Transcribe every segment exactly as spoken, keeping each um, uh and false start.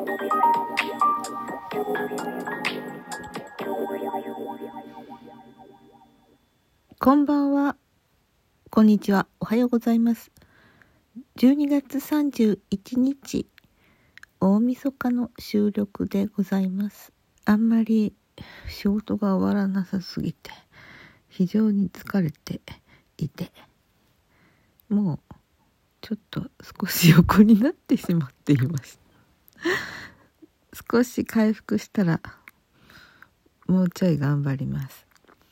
こんばんは、こんにちは、おはようございます。じゅうにがつさんじゅういちにち、大晦日の収録でございます。あんまり仕事が終わらなさすぎて、非常に疲れていて、もうちょっと少し横になってしまっています。少し回復したら、もうちょい頑張ります。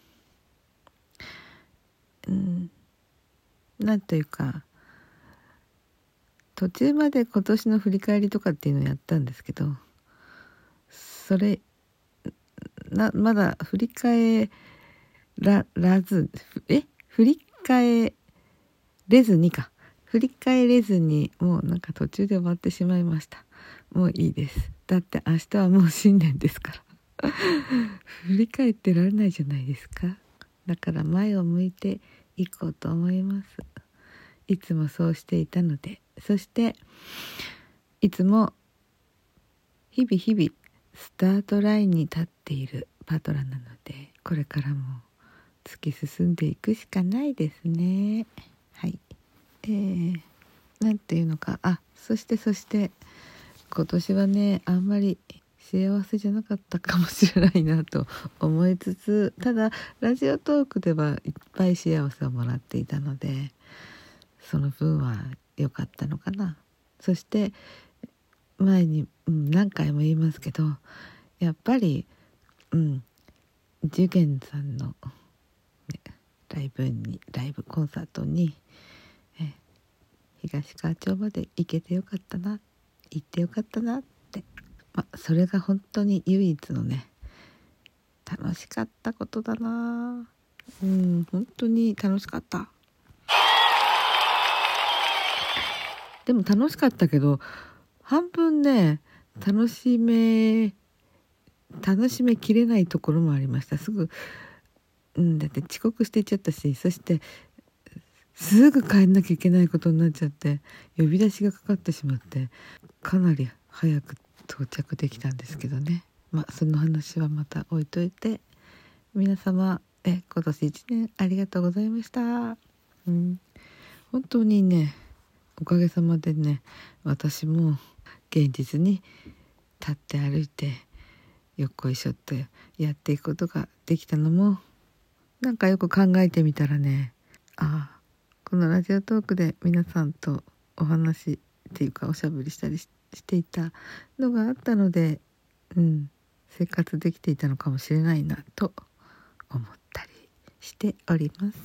うん、なんというか途中まで今年の振り返りとかっていうのをやったんですけど、それなまだ振り返ららずえ振り返れずにか振り返れずにもうなんか途中で終わってしまいました。もういいです。だって明日はもう新年ですから振り返ってられないじゃないですか。だから前を向いていこうと思います。いつもそうしていたので、そしていつも日々日々スタートラインに立っているパトラなので、これからも突き進んでいくしかないですね。はい、えー、なんていうのか、あ、そしてそして今年はね、あんまり幸せじゃなかったかもしれないなと思いつつ、ただラジオトークではいっぱい幸せをもらっていたので、その分は良かったのかな。そして前に、うん、何回も言いますけど、やっぱり、うん、ジュゲンさんの、ね、ライブにライブコンサートにえ東川町まで行けてよかったな、行ってよかったなって、ま、それが本当に唯一のね楽しかったことだな。うん、本当に楽しかった。でも楽しかったけど半分ね楽しめ楽しめきれないところもありました。すぐ、うん、だって遅刻していっちゃったし、そしてすぐ帰んなきゃいけないことになっちゃって、呼び出しがかかってしまって、かなり早く到着できたんですけどね。まあその話はまた置いといて、皆様え今年一年ありがとうございました。うん、本当にね、おかげさまでね、私も現実に立って歩いてよっこいしょってやっていくことができたのも、なんかよく考えてみたらね、ああこのラジオトークで皆さんとお話っていうかおしゃべりしたり し, していたのがあったので、うん、生活できていたのかもしれないなと思ったりしております。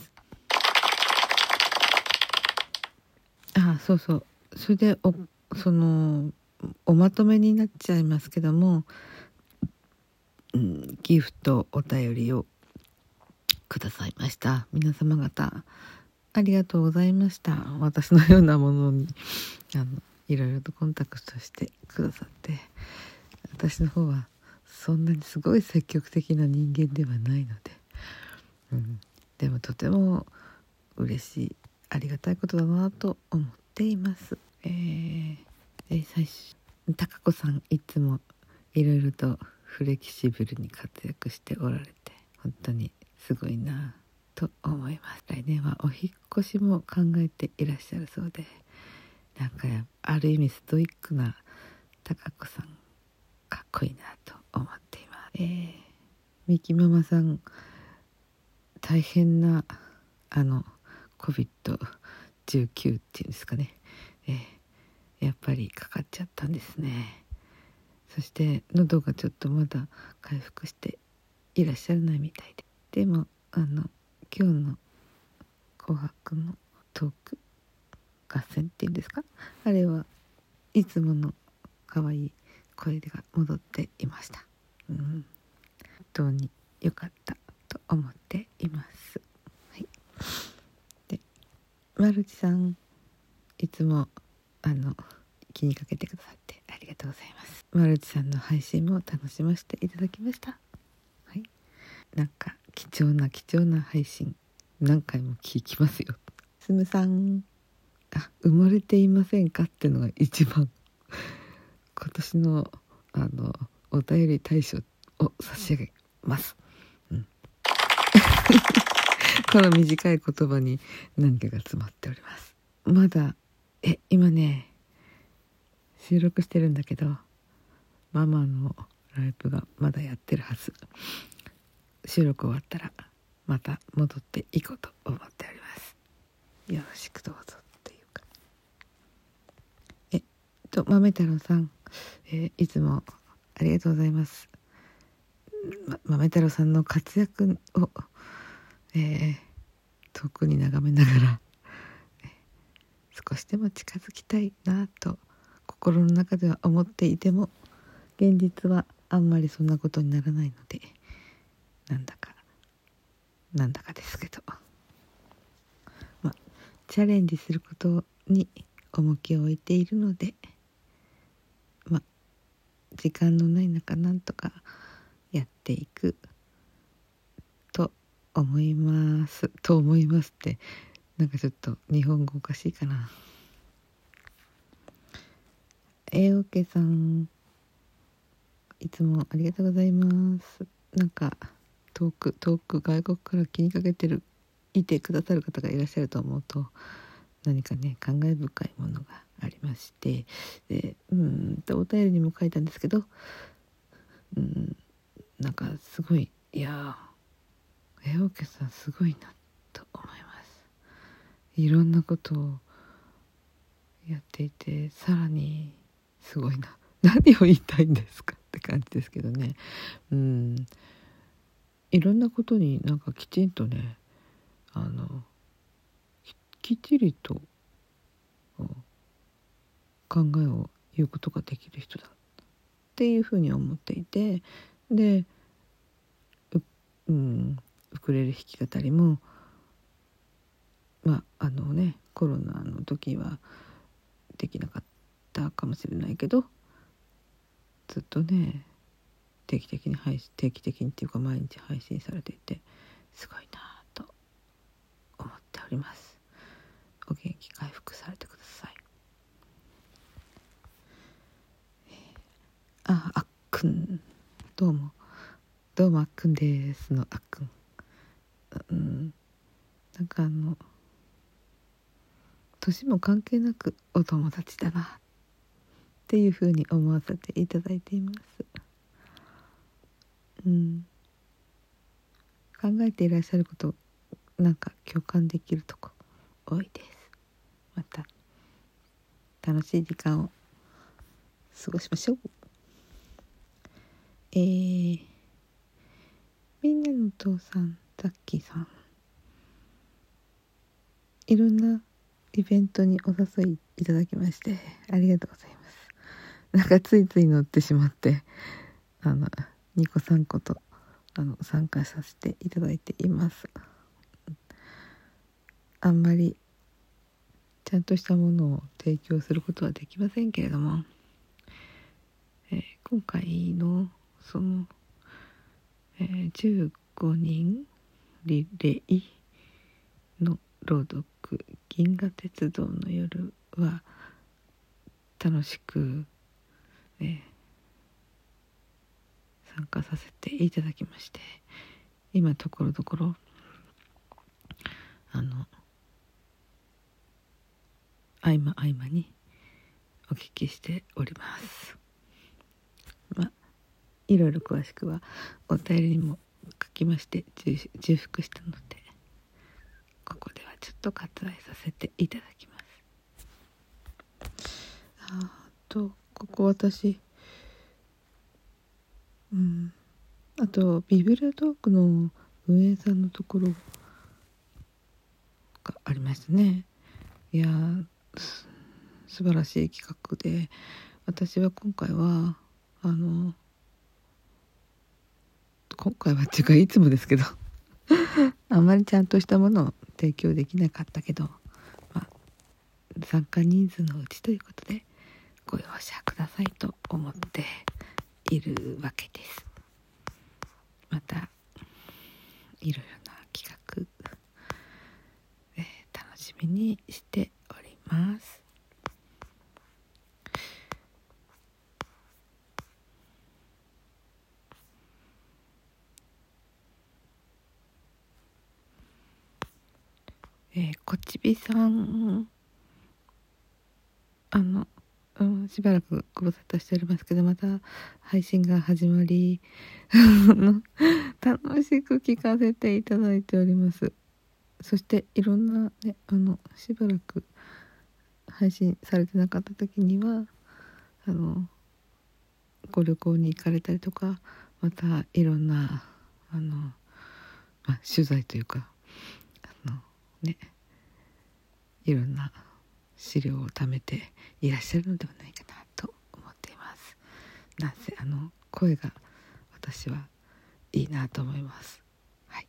ああそうそう、それでおそのおまとめになっちゃいますけども、うん、ギフトお便りをくださいました皆様方、ありがとうございました。私のようなものにあのいろいろとコンタクトしてくださって、私の方はそんなにすごい積極的な人間ではないので、うん、でもとても嬉しいありがたいことだなと思っています。えー、で最初高子さんいつもいろいろとフレキシブルに活躍しておられて本当にすごいなと思います。来年はお引越しも考えていらっしゃるそうで、なんかある意味ストイックな高子さんかっこいいなと思っています。えー、ミキママさん大変なあの コビッドじゅうきゅう っていうんですかね、えー、やっぱりかかっちゃったんですね。そして喉がちょっとまだ回復していらっしゃらないみたいで、でもあの今日の紅白のトーク合戦っていうんですか、あれはいつもの可愛い声が戻っていました。うん、本当に良かったと思っています。はい、でマルチさんいつもあの気にかけてくださってありがとうございます。マルチさんの配信も楽しませていただきました。はい、なんか貴重な貴重な配信何回も聞きますよ。すむさん、あ、埋もれていませんかっていうのが一番今年のあのお便り大賞を差し上げます、うん、この短い言葉に何かが詰まっております。まだえ今ね収録してるんだけど、ママのライブがまだやってるはず。収録終わったらまた戻っていこうと思っております。よろしくどうぞっていうか、えっと豆太郎さん、えー、いつもありがとうございます。ま、豆太郎さんの活躍を、えー、遠くに眺めながら、えー、少しでも近づきたいなと心の中では思っていても、現実はあんまりそんなことにならないので、なんだかなんだかですけど、ま、チャレンジすることに重きを置いているので、ま、時間のない中なんとかやっていくと思いますと思いますってなんかちょっと日本語おかしいかな。えおけさん、いつもありがとうございます。なんか遠く遠く外国から気にかけてるいてくださる方がいらっしゃると思うと、何かね感慨深いものがありまして、でうんとお便りにも書いたんですけど、うんなんかすごい、いやー、えおけさんすごいなと思います。いろんなことをやっていて、さらにすごいな、何を言いたいんですかって感じですけどね。うんいろんなことになんかきちんとね、あの き, きっちりと考えを言うことができる人だっていうふうに思っていて、で う,、うん、ウクレレ弾き語りもまああのねコロナの時はできなかったかもしれないけど、ずっとね定期的に配信定期的にっていうか毎日配信されていて、すごいなと思っております。お元気回復されてください。ああっくん、どうもどうもあっくんですのあっくん、うん、なんかあの年も関係なくお友達だなっていうふうに思わせていただいています。うん、考えていらっしゃることなんか共感できるとこ多いです。また楽しい時間を過ごしましょう。えー、みんなのお父さんザッキーさん、いろんなイベントにお誘いいただきましてありがとうございます。なんかついつい乗ってしまってあのにこさんことあの参加させていただいています。あんまりちゃんとしたものを提供することはできませんけれども、えー、今回のその、えー、じゅうごにんリレーの朗読銀河鉄道の夜は楽しく、えー、参加させていただきまして、今ところどころあの合間合間にお聞きしております。まあいろいろ詳しくはお便りにも書きまして重複したので、ここではちょっと割愛させていただきます。あとここ私うんあとビブラトークの運営さんのところがありましたね。いやす素晴らしい企画で、私は今回はあの今回はっていうかいつもですけどあんまりちゃんとしたものを提供できなかったけど、まあ、参加人数のうちということでご容赦くださいと思っているわけです。またいろいろな企画、えー、楽しみにしております。 えー、こちびさんあの、うん、しばらくご無沙汰しておりますけど、また配信が始まり楽しく聞かせていただいております。そしていろんなね、あのしばらく配信されてなかった時にはあのご旅行に行かれたりとか、またいろんなあの、まあ、取材というかあのね、いろんな資料を貯めていらっしゃるのではないかなと思っています。なんせあの声が私はいいなと思います。はい。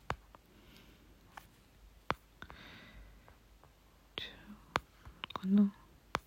この